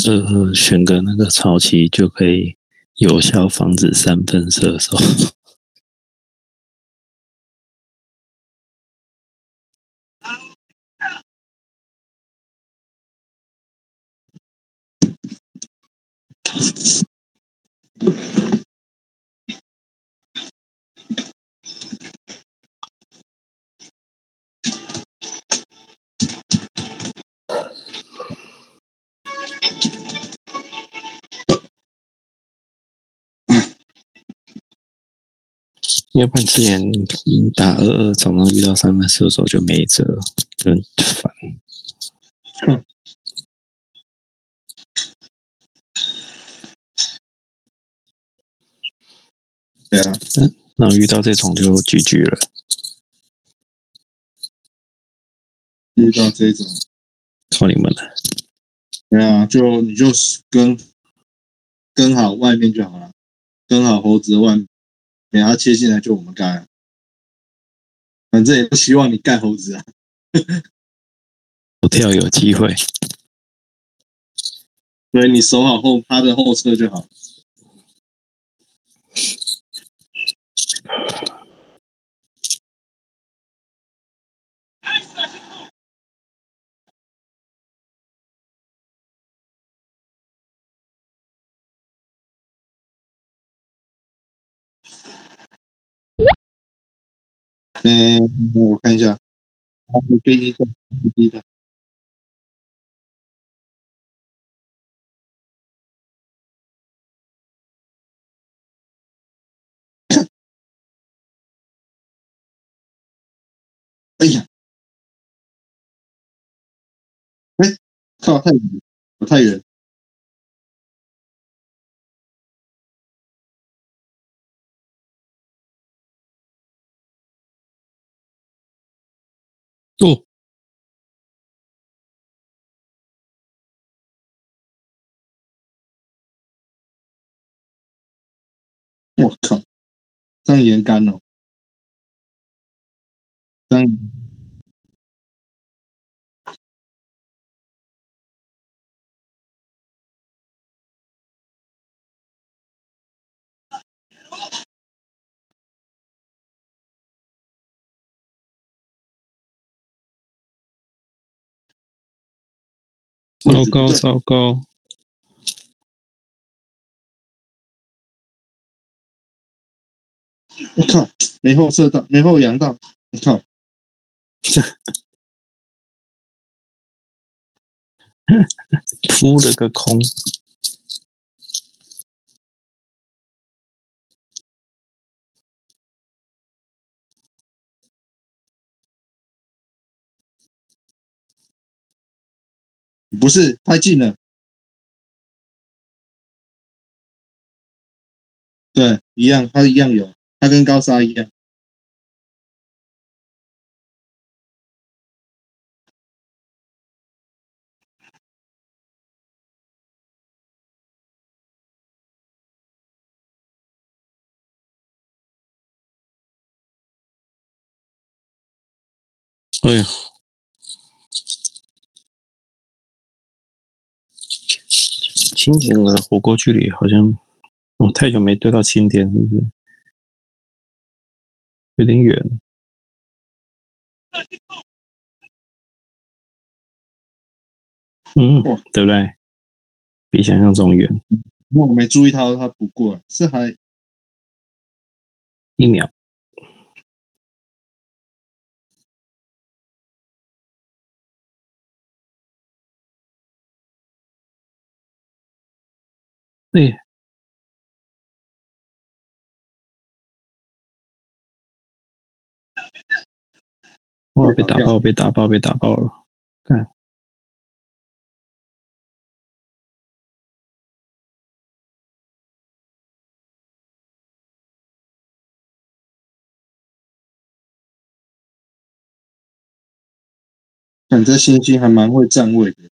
选个那个草旗就可以有效防止三分射手。要不然之前打2-2，常常遇到三分射手就没辙，就很烦。 对啊， 那遇到这种就GG了。 遇到这种， 靠你们了。 对啊，你就跟好外面就好了，跟好猴子的外面，等他切进来就我们盖，反正也不希望你盖猴子啊。 我跳有机会。 所以你守好他的后侧就好。我看一下，飞机的，飞机的。哎呀，靠，太远，我太远。 哦， 我靠，这样严干哦，这样糟糕糟糕！ 我靠，没后射到，没后扬到，我靠， 扑了个空。 不是太近了。对，一样，他一样有，他跟高沙一样。 哎呀，清点的火锅距离好像，太久没对到清点，是不是？有点远。对不对？比想象中远。 我没注意他不过，是还 1秒。对。哇！被打爆！被打爆！被打爆了！看， 看这星星还蛮会站位的。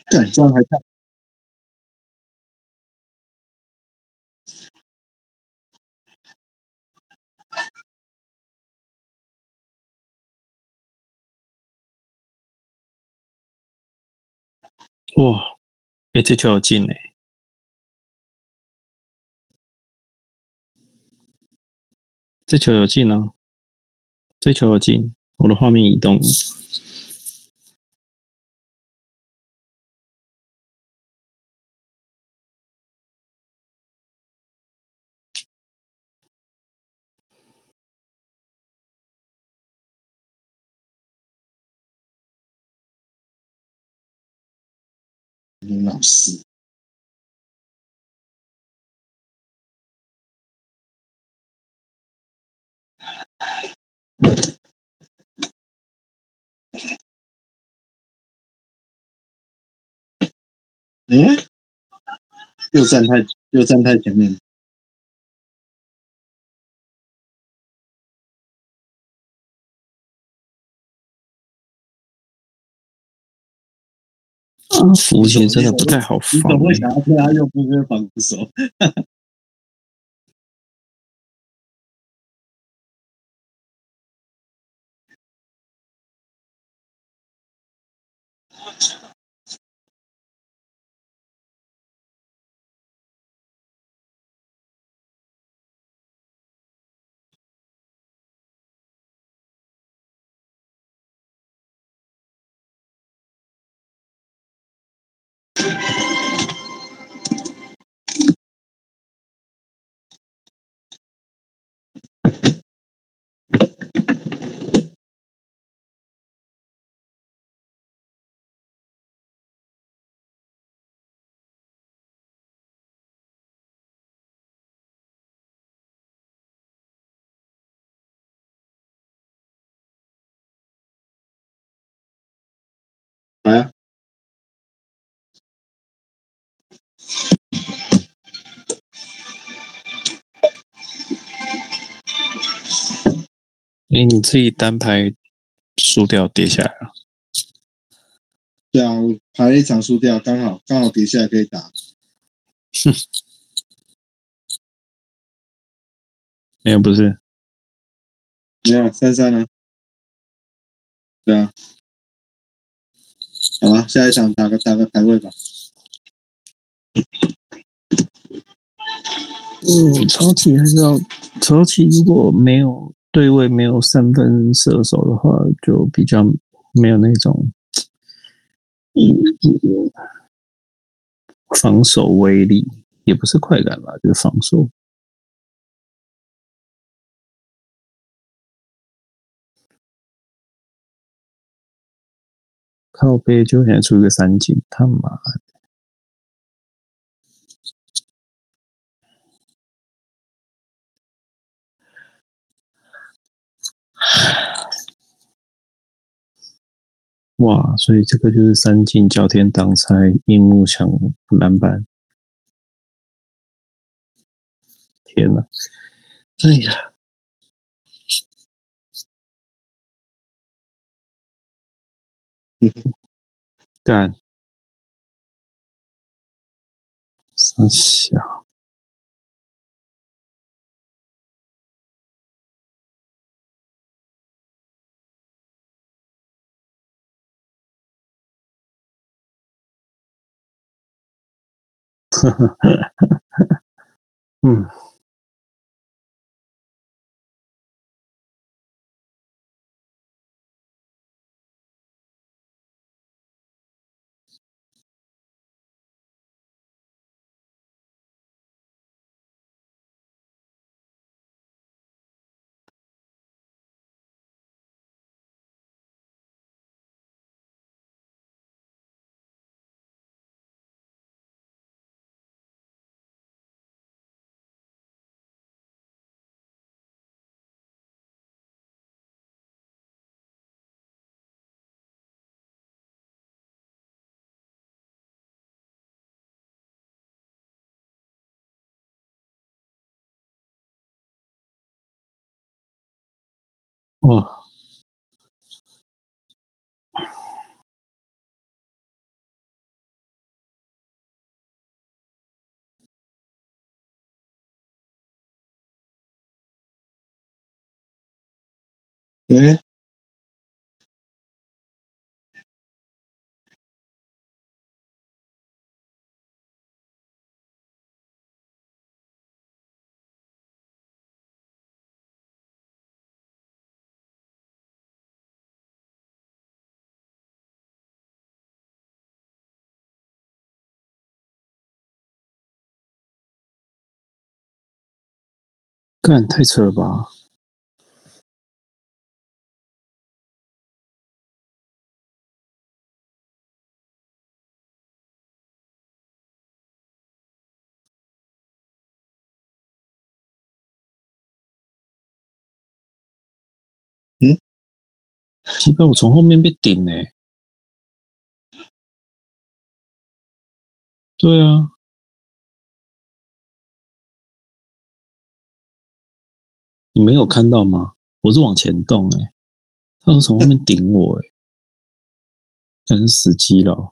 干这样还看？ 哇，这球有进这球有进啊，这球有进，我的画面移动， 老师，嗯，又站太前面， 福其实真的不太好你防总会想要对他用步跟防守。来啊， 你自己单排输掉跌下来了， 对啊，我排了一场输掉，刚好跌下来可以打。 没有不是， 没有3-3啊，对啊，好吧，下一场打个排位吧。 超级还是要超级，如果没有对位没有3分射手的话，就比较没有那种防守威力，也不是快感吧，就是防守。靠背就现在出一个3进，他妈哇！所以这个就是3进脚天挡拆，樱木抢篮板，天哪！哎呀，干傻小，嗯，哇！ 哎， 干太扯了吧？ 嗯， 奇怪，我从后面被顶嘞、欸。对啊，你没有看到吗？我是往前动哎、欸，他是从后面顶我哎、欸，真是死机了。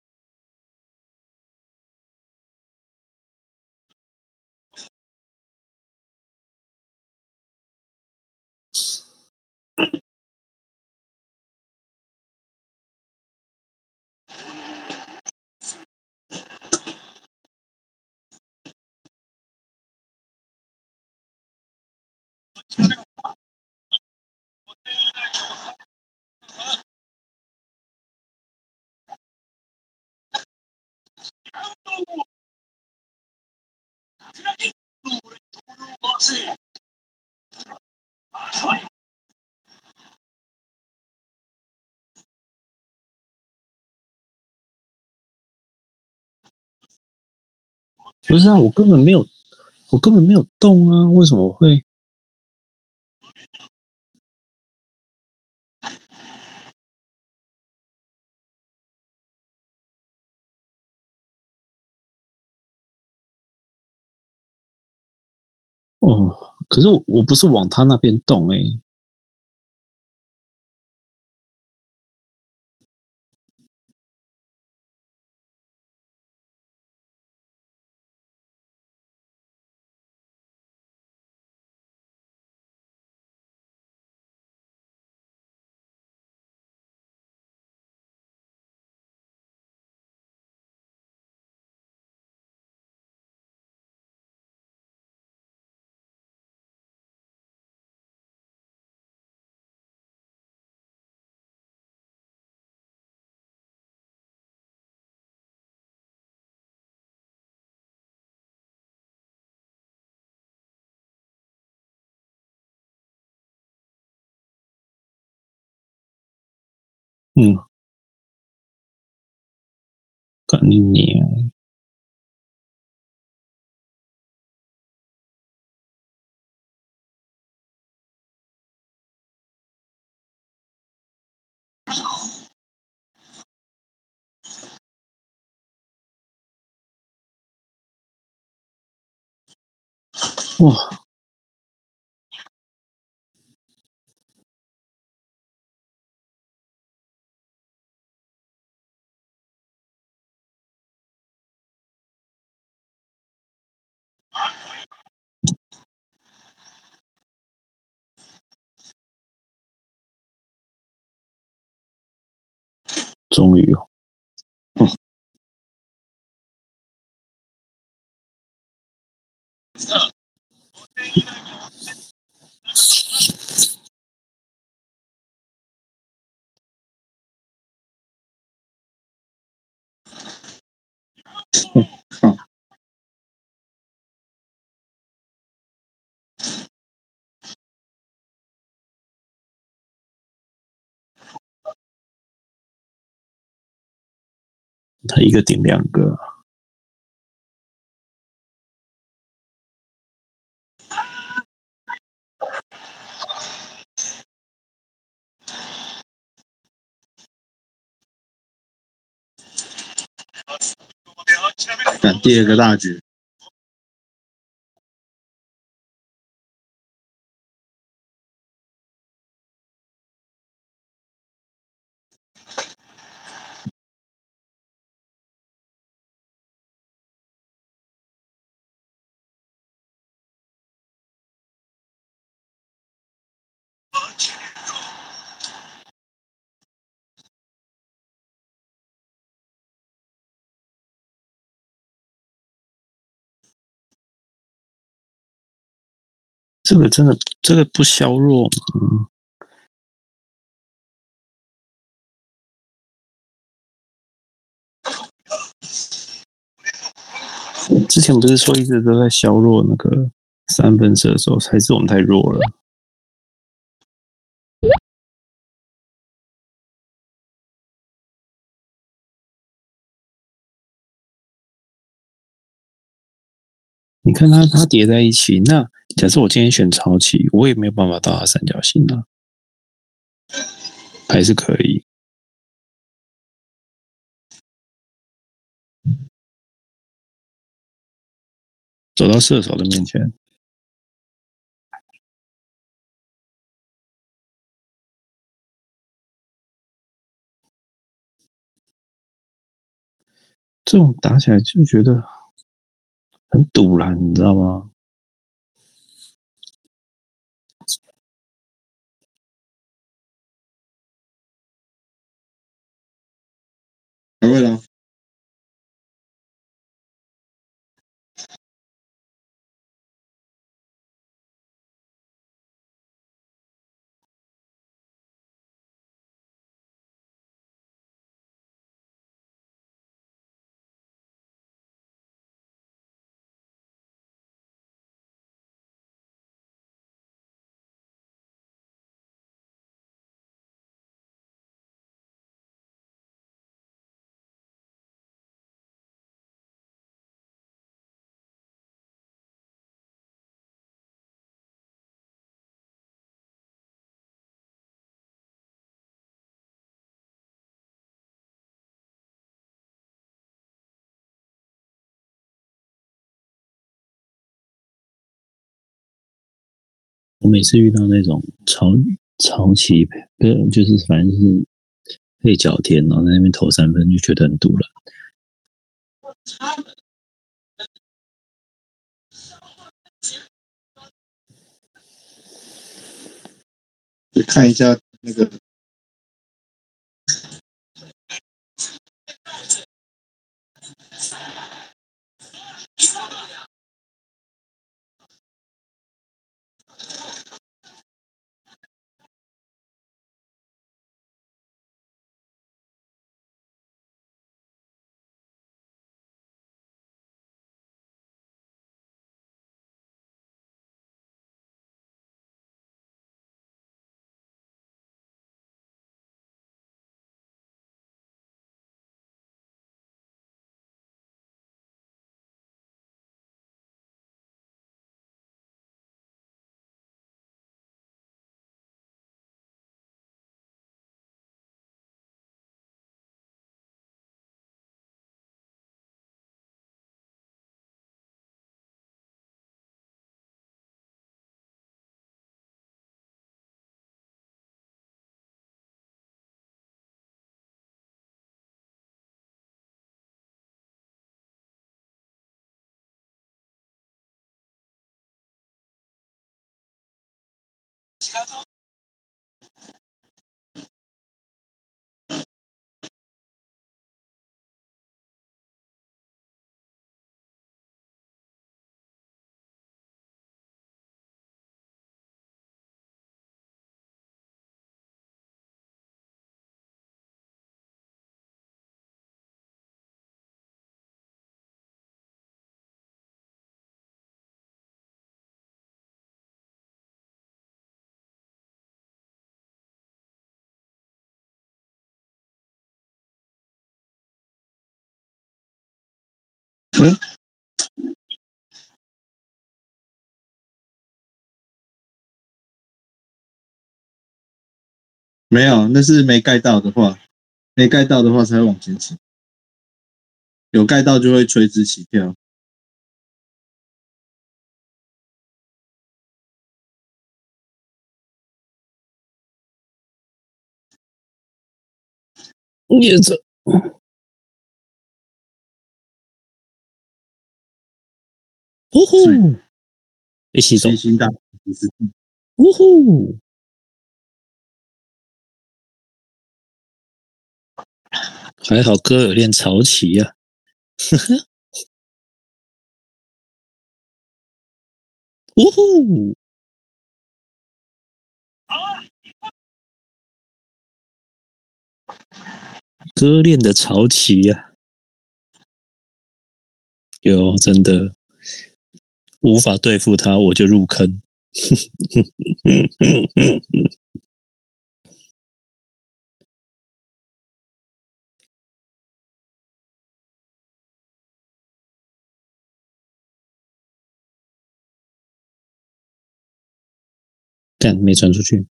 不是啊，我根本没有动啊，为什么会？哦，可是我不是往他那边动哎、欸，嗯，干你娘！哇，终于哦， 好， 他一个顶两个， 干第二个大局， 这个真的这个不削弱吗？之前不是说一直都在削弱那个三分射手，还是我们太弱了？你看它叠在一起，那假设我今天选超旗，我也没有办法到它三角形啊，还是可以走到射手的面前。这种打起来就觉得很堵然，你知道吗？ 还会啦。 我每次遇到那种超级就是反正就是配角天，然后在那边投三分，就觉得很堵了。 就看一下那个没有，那是没盖到的话，没盖到的话才会往前倾，有盖到就会垂直起跳。 也这，呜呼，被吸走， 七星大呜呼，还好哥有练潮旗呀、呜呼。 割裂的潮旗呀、有真的无法对付他，我就入坑。但没传出去。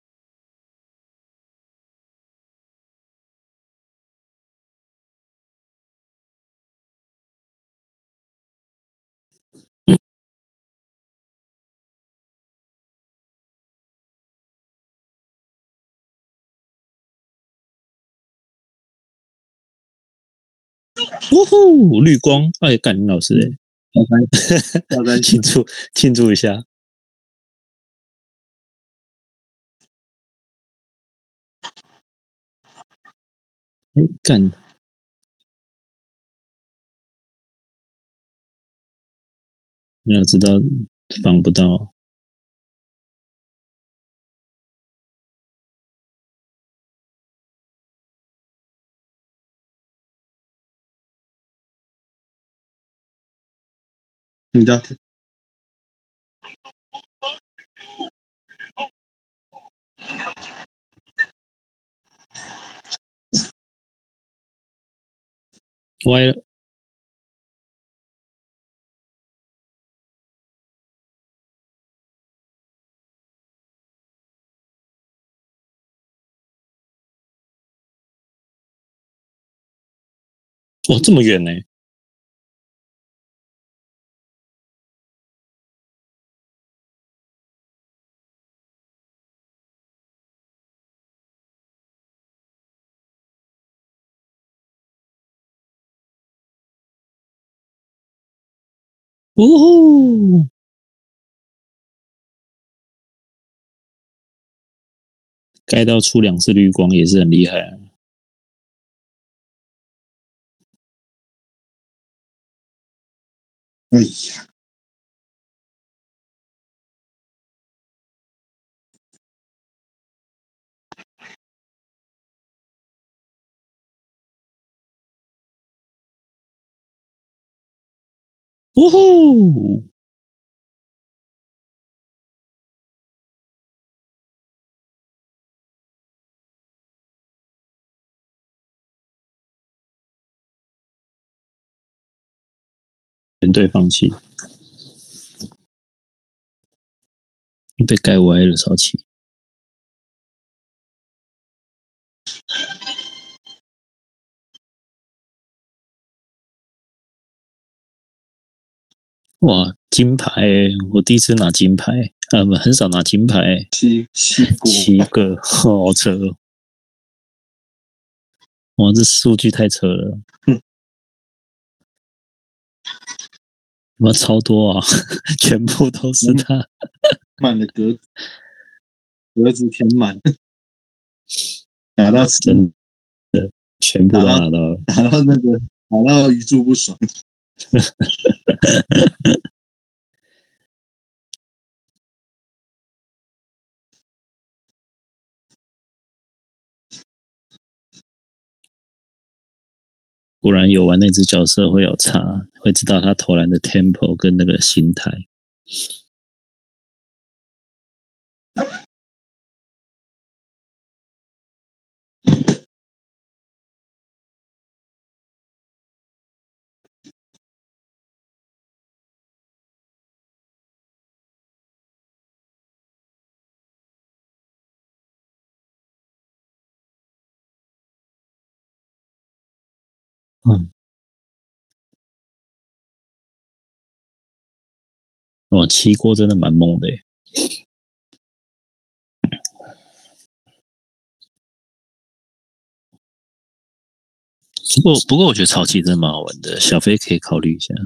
呜呼，绿光！哎，干林老师哎，庆祝一下！哎，干！你要知道防不到。 你的歪了。哇，这么远呢！呜呼！盖到出2次绿光也是很厉害啊。 哎呀， 呜呼！全队放弃，被盖歪了，超气！哇，金牌欸！我第一次拿金牌，不，很少拿金牌，7个，好扯哦！哇，这数据太扯了，哇，超多啊，全部都是他， 满的格子填满，打到真的全部都拿到了。 打到语助不爽。 果然有玩那只角色会有差，会知道他投篮的 tempo 跟那个心态。嗯，哦，7锅真的蛮猛的耶。不过，我觉得潮气真的蛮好玩的，小飞可以考虑一下。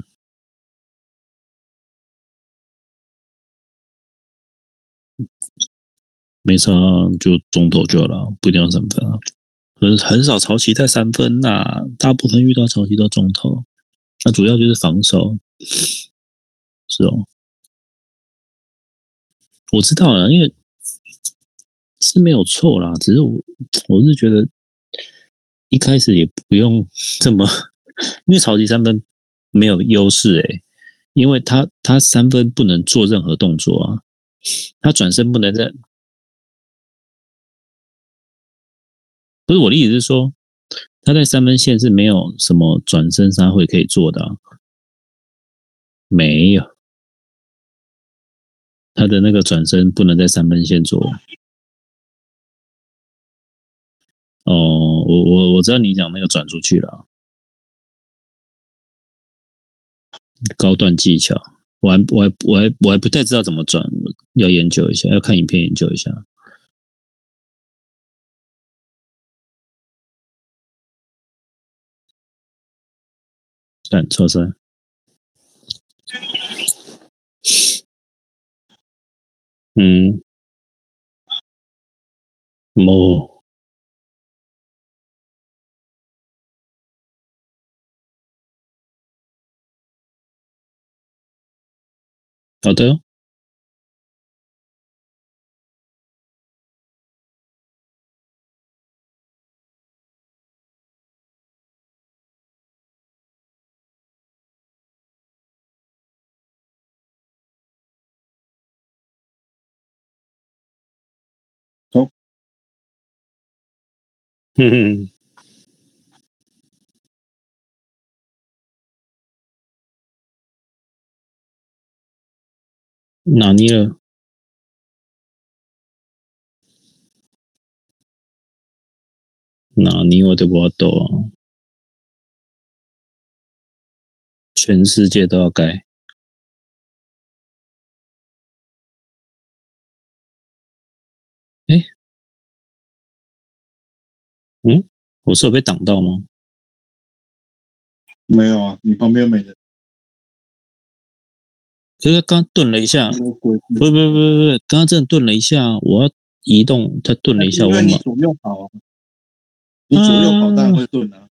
没差，就中投就好了，不一定要3分啊。很少潮旗在3分呐、大部分遇到潮旗都中投，那主要就是防守。是哦，我知道了，因为是没有错啦，只是我是觉得一开始也不用这么，因为超级三分没有优势因为他三分不能做任何动作啊，他转身不能在，不是我的意思是说，他在三分线是没有什么转身杀会可以做的没有，他的那个转身不能在三分线做。哦，我知道你讲那个转出去了，高段技巧，我还不太知道怎么转，要研究一下，要看影片研究一下。看超赛，哦，好的， 走， 哼哼，哪尼了？哪尼我都不懂啊，全世界都要改。哎，我是有被挡到吗？ 没有啊，你旁边没人。 可是刚顿了一下， 有鬼不，刚刚真的顿了一下，我要移动，他顿了一下，我马因为你左右跑啊，你左右跑当然会顿啊。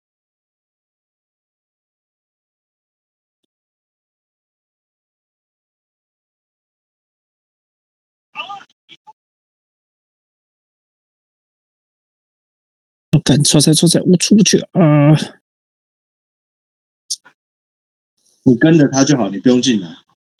干超赛，我出不去啊！ 你跟着他就好，你不用进来。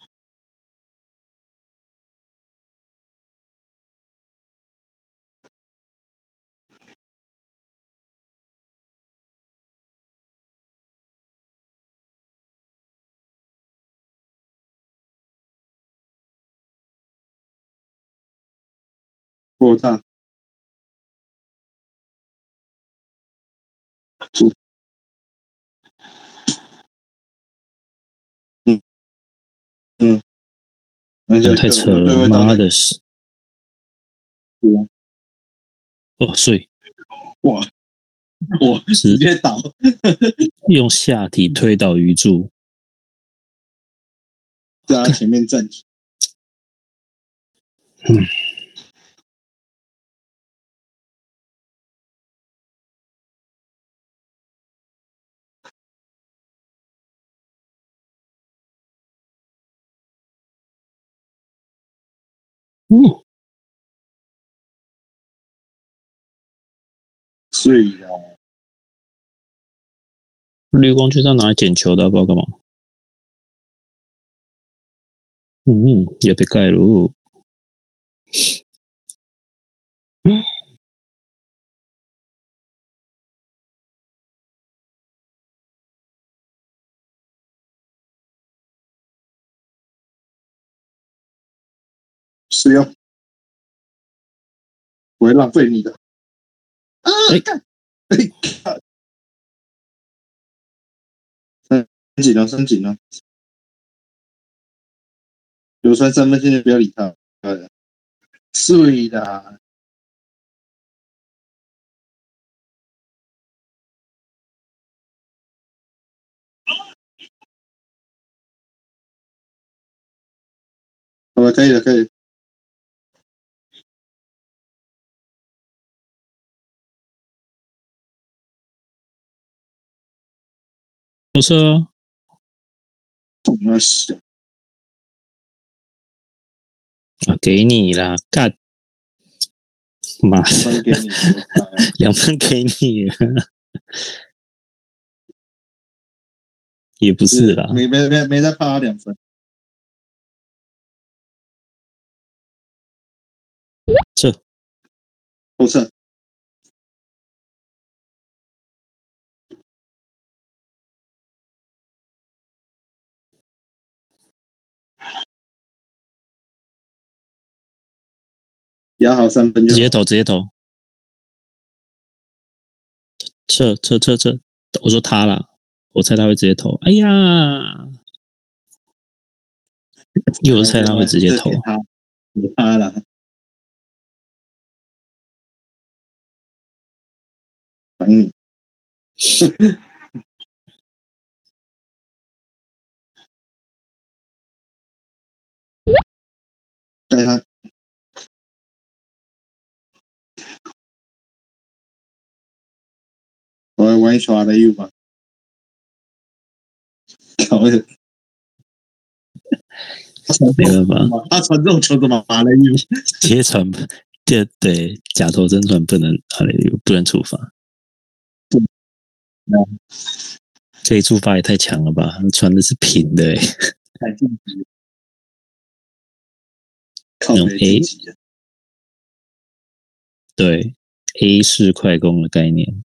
扩大，嗯嗯，而且太扯了，妈的！哦，所以哇哇，直接倒， 用下体推倒鱼柱， 在他前面站起。所以啊， 绿光就在拿来捡球的，不知道干嘛。也被盖了。 是要不会浪费你的。干，看，升紧了，升紧了。流川三分线就不要理他。碎的，好了，可以了，可以。 不是啊， 那是给你啦，干！ 妈分给你 ，2分给你，也不是啦。 没再怕他2分。 这后撤。压好3分就好。 直接投，直接投。撤，我说他啦，我猜他会直接投。哎呀，因为我猜他会直接投。 给他了。嗯。带他。我来玩一耍的 U 吧。 没办法， 他传这种球怎么打雷 U？ 直接传，对，假投真传不能不能触发。这一触发也太强了吧！传的是平的太晋级，靠用北晋级的。 对 A 式快攻的概念。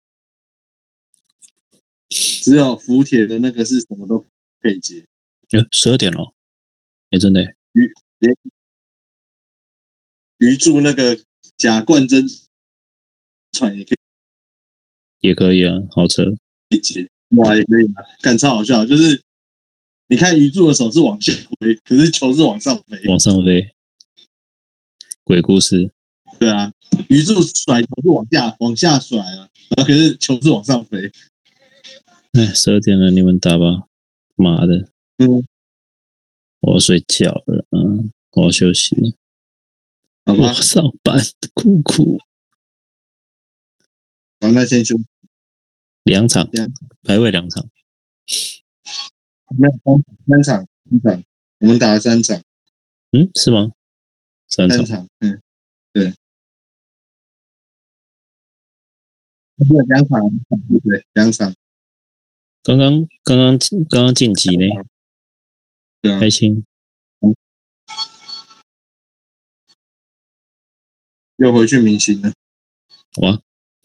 只有福铁的那个是什么都可以接。 12点了，真的连鱼柱那个假冠真传也可以啊，好车。 接，哇也可以啊，干超好笑，就是你看鱼柱的手是往下挥，可是球是往上飞。 往上飞，鬼故事。 对啊，鱼柱甩球是往下甩啊，然后可是球是往上飞。 哎，12点了，你们打吧。妈的，我要睡觉了，我要休息了。我要上班，酷酷。 好，那先休 2场，排位2场。 没有3场，我们打了3场。 是吗？3 场，对。不是2场，对，2场。 刚刚晋级呢， 对啊， 开心。 又回去明星了。 哇，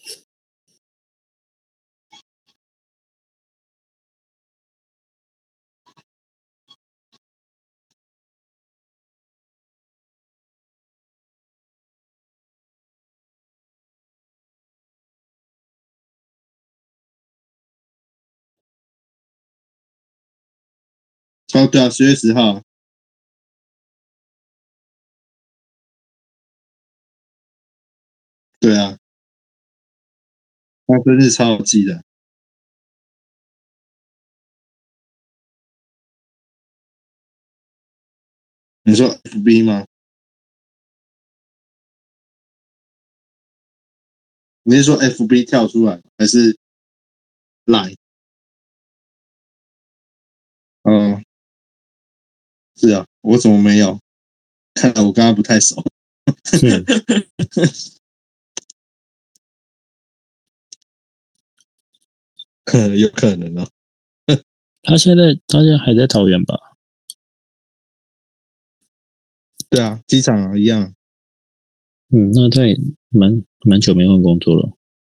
哦，对啊，10月10号。对啊，他生日超好记的。你说 FB 吗？你是说 FB 跳出来还是 Line？哦，是啊，我怎么没有？看来我跟他不太熟。有可能哦。 他现在还在桃园吧？ 对啊，机场啊一样。 那他也蛮久没换工作了。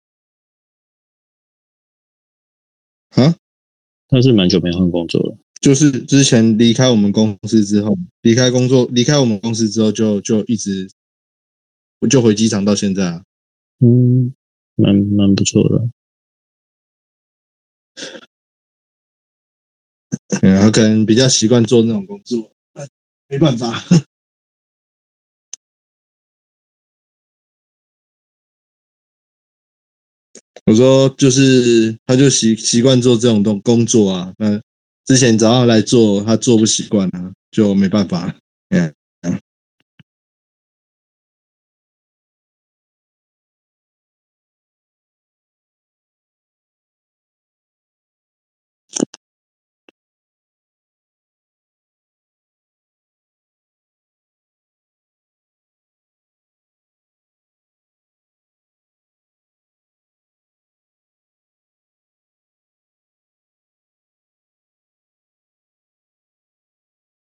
啊？ 他是蛮久没换工作了。 就是之前离开我们公司之后，离开我们公司之后就一直就回机场到现在啊。 蛮不错的。 他可能比较习惯做那种工作，没办法。我说就是他就习惯做这种工作啊，那之前找他来做，他做不习惯啊，就没办法。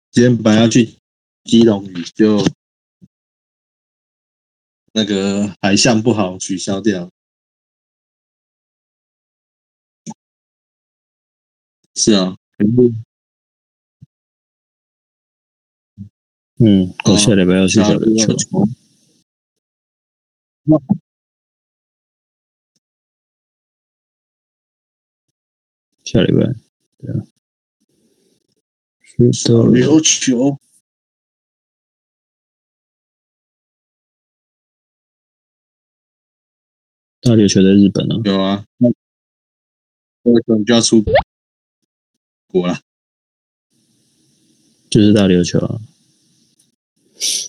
今天本来要去基隆屿，就那个海象不好，取消掉。是啊， 我下礼拜要去小琉球。下礼拜，对啊， 小琉球。 大琉球在日本啊。 有啊，那你就要出国了。 就是大琉球啊。